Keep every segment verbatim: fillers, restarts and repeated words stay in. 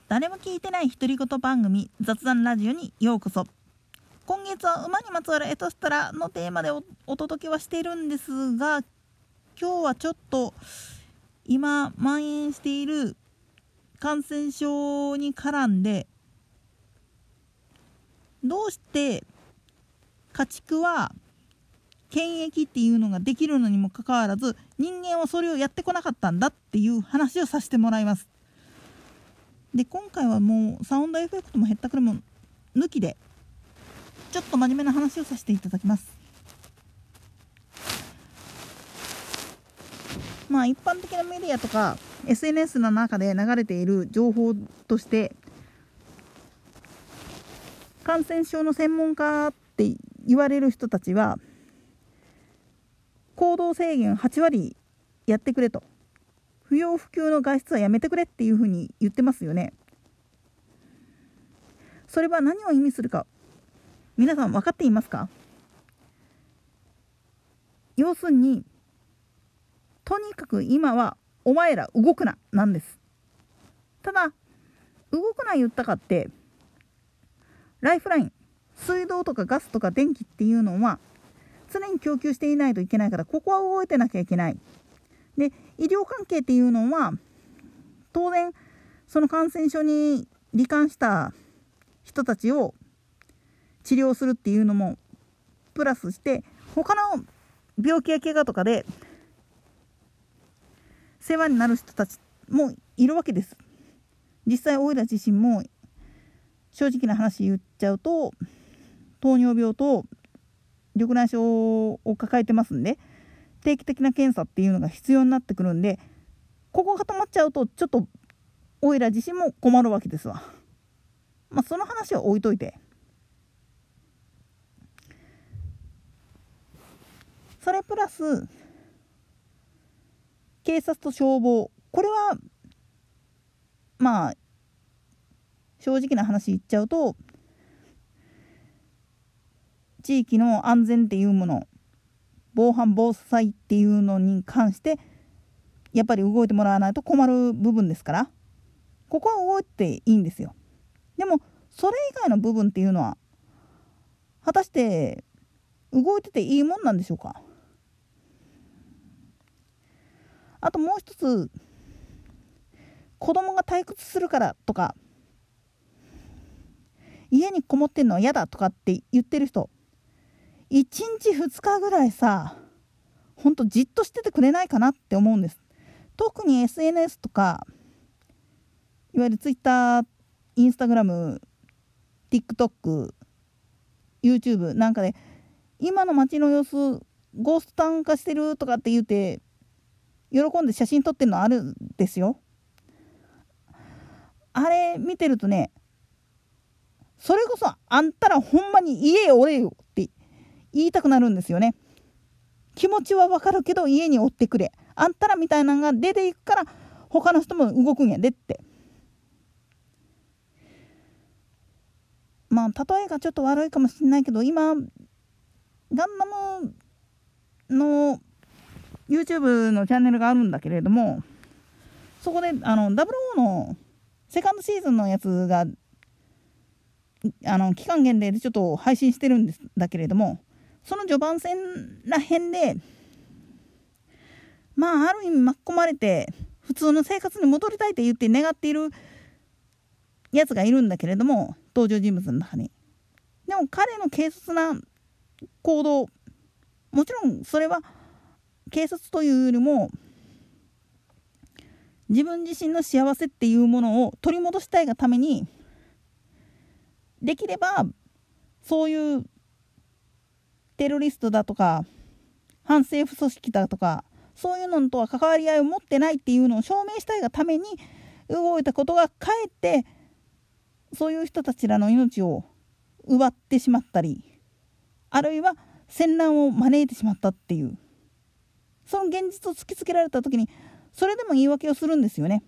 誰も聞いてない独り言番組雑談ラジオにようこそ。今月は馬にまつわるエトストラのテーマで お, お届けはしているんですが、今日はちょっと今蔓延している感染症に絡んで、どうして家畜は検疫っていうのができるのにもかかわらず人間はそれをやってこなかったんだっていう話をさせてもらいます。で、今回はもうサウンドエフェクトもへったくれも抜きでちょっと真面目な話をさせていただきます。まあ一般的なメディアとか エスエヌエス の中で流れている情報として、感染症の専門家って言われる人たちは行動制限はちわりやってくれと、不要不急の外出はやめてくれっていうふうに言ってますよね。それは何を意味するか皆さん分かっていますか？要するに、とにかく今はお前ら動くななんです。ただ動くな言ったかって、ライフライン、水道とかガスとか電気っていうのは常に供給していないといけないから、ここは動いてなきゃいけない。で、医療関係っていうのは当然その感染症に罹患した人たちを治療するっていうのもプラスして、他の病気や怪我とかで世話になる人たちもいるわけです。実際オイラ自身も正直な話言っちゃうと、糖尿病と緑内障を抱えてますんで、定期的な検査っていうのが必要になってくるんで、ここが止まっちゃうとちょっとオイラ自身も困るわけですわ。まあその話は置いといて、それプラス警察と消防、これはまあ正直な話言っちゃうと、地域の安全っていうもの、防犯防災っていうのに関してやっぱり動いてもらわないと困る部分ですから、ここは動いていいんですよ。でもそれ以外の部分っていうのは果たして動いてていいもんなんでしょうか。あともう一つ、子供が退屈するからとか、家にこもってんのは嫌だとかって言ってる人、いちにちふつかぐらいさ、ほんとじっとしててくれないかなって思うんです。特に エスエヌエス とか、いわゆる Twitter、Instagram、TikTok、YouTube なんかで今の街の様子ゴーストタウン化してるとかって言って喜んで写真撮ってるのあるんですよ。あれ見てるとね、それこそあんたらほんまに家へおれよって言いたくなるんですよね。気持ちはわかるけど家におってくれ、あんたらみたいなのが出ていくから他の人も動くんやでって。まあ例えがちょっと悪いかもしれないけど、今ガンダムの YouTube のチャンネルがあるんだけれども、そこであのダブルオーのセカンドシーズンのやつがあの期間限定でちょっと配信してるんですだけれども、その序盤戦らへんでまあある意味巻き込まれて普通の生活に戻りたいと言って願っているやつがいるんだけれども、登場人物の中に。でも彼の軽率な行動、もちろんそれは軽率というよりも自分自身の幸せっていうものを取り戻したいがために、できればそういうテロリストだとか反政府組織だとかそういうのとは関わり合いを持ってないっていうのを証明したいがために動いたことがかえってそういう人たちらの命を奪ってしまったり、あるいは戦乱を招いてしまったっていう、その現実を突きつけられた時にそれでも言い訳をするんですよね。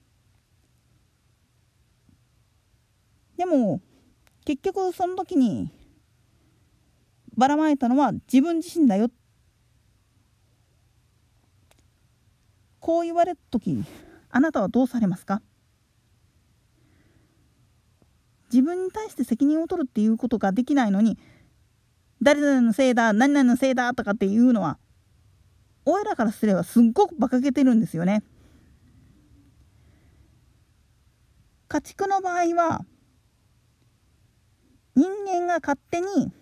でも結局その時にばらまいたのは自分自身だよ。こう言われた時、あなたはどうされますか？ 自分に対して責任を取るっていうことができないのに、誰々のせいだ、何々のせいだとかっていうのは、おいらからすればすっごく馬鹿げてるんですよね。家畜の場合は、人間が勝手に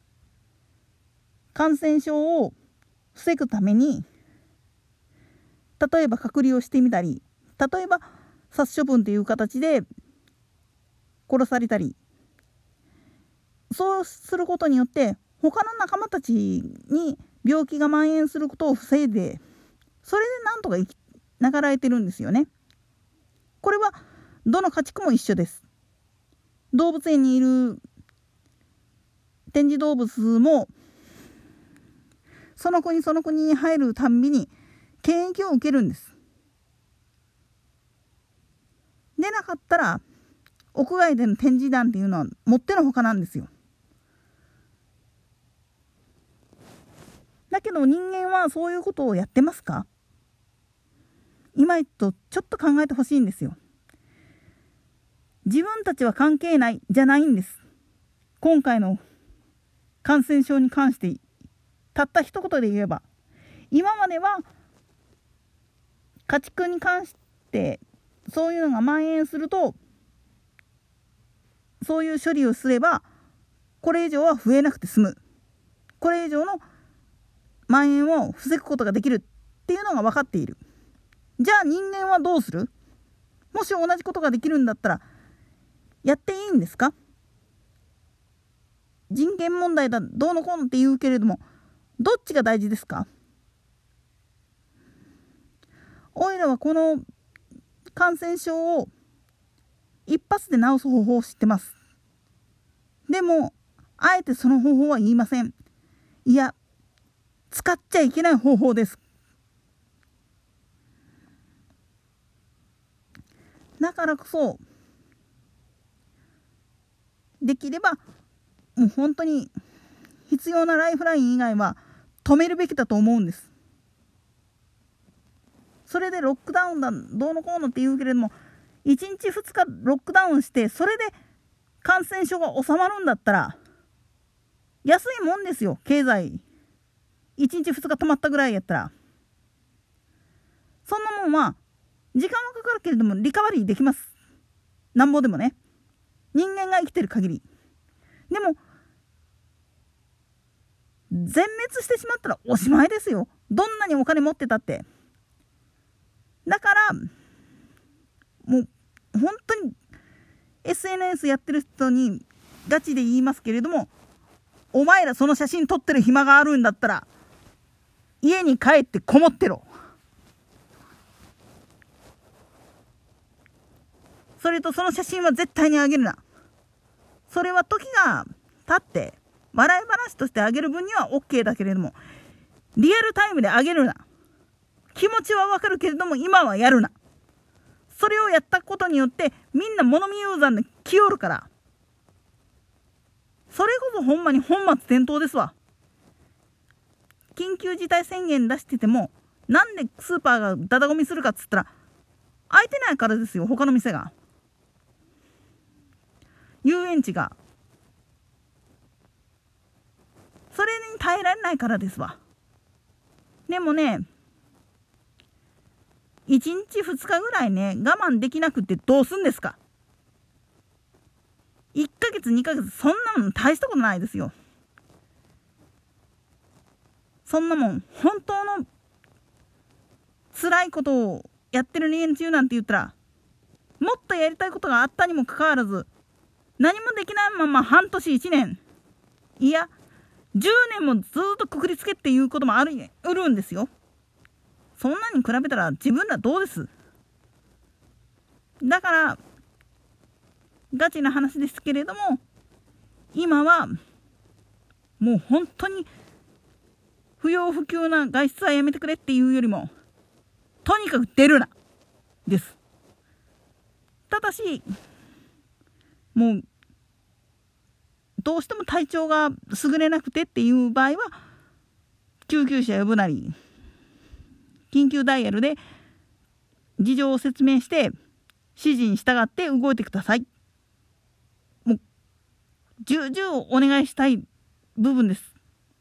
感染症を防ぐために、例えば隔離をしてみたり、例えば殺処分という形で殺されたり、そうすることによって他の仲間たちに病気が蔓延することを防いで、それでなんとか生きながらえてるんですよね。これはどの家畜も一緒です。動物園にいる展示動物も、その国その国に入るたんびに検疫を受けるんです。でなかったら屋外での展示団っていうのはもってのほかなんですよ。だけど人間はそういうことをやってますか？今一度ちょっと考えてほしいんですよ。自分たちは関係ないじゃないんです。今回の感染症に関してたった一言で言えば、今までは家畜に関してそういうのが蔓延すると、そういう処理をすればこれ以上は増えなくて済む、これ以上の蔓延を防ぐことができるっていうのが分かっている。じゃあ人間はどうする？もし同じことができるんだったらやっていいんですか？人権問題だどうのこうのって言うけれども、どっちが大事ですか？おいらはこの感染症を一発で治す方法を知ってます。でもあえてその方法は言いません。いや、使っちゃいけない方法です。だからこそできればもう本当に必要なライフライン以外は止めるべきだと思うんです。それでロックダウンだどうのこうのって言うけれども、いちにちふつかロックダウンしてそれで感染症が収まるんだったら安いもんですよ。経済いちにちふつか止まったぐらいやったら、そんなもんは時間はかかるけれどもリカバリーできます。なんぼでもね、人間が生きてる限り。でも全滅してしまったらおしまいですよ。どんなにお金持ってたって。だからもう本当に エスエヌエス やってる人にガチで言いますけれども、お前らその写真撮ってる暇があるんだったら家に帰ってこもってろ。それとその写真は絶対にあげるな。それは時が経って笑い話としてあげる分には OK だけれども、リアルタイムであげるな。気持ちはわかるけれども今はやるな。それをやったことによってみんな物見ユーザーで来よるから、それこそほんまに本末転倒ですわ。緊急事態宣言出しててもなんでスーパーがダダゴミするかっつったら空いてないからですよ。他の店が、遊園地が、それに耐えられないからですわ。でもね、いちにちふつかぐらいね我慢できなくってどうすんですか。いっかげつにかげつそんなもん大したことないですよ。そんなもん本当の辛いことをやってる連中なんて言ったら、もっとやりたいことがあったにもかかわらず何もできないまま半年いちねん、いやじゅうねんもずっとくくりつけっていうこともあるうるんですよ。そんなに比べたら自分らどうです。だからガチな話ですけれども、今はもう本当に不要不急な外出はやめてくれっていうよりも、とにかく出るなです。ただしもうどうしても体調が優れなくてっていう場合は救急車呼ぶなり緊急ダイヤルで事情を説明して指示に従って動いてください。もう重々お願いしたい部分です。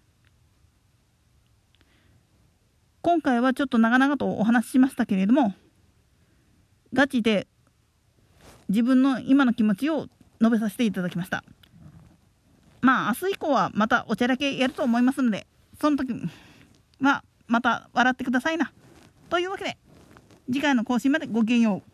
今回はちょっと長々とお話ししましたけれども、ガチで自分の今の気持ちを述べさせていただきました。まあ明日以降はまたおちゃらけやると思いますので、その時はまた笑ってくださいな。というわけで次回の更新までごきげんよう。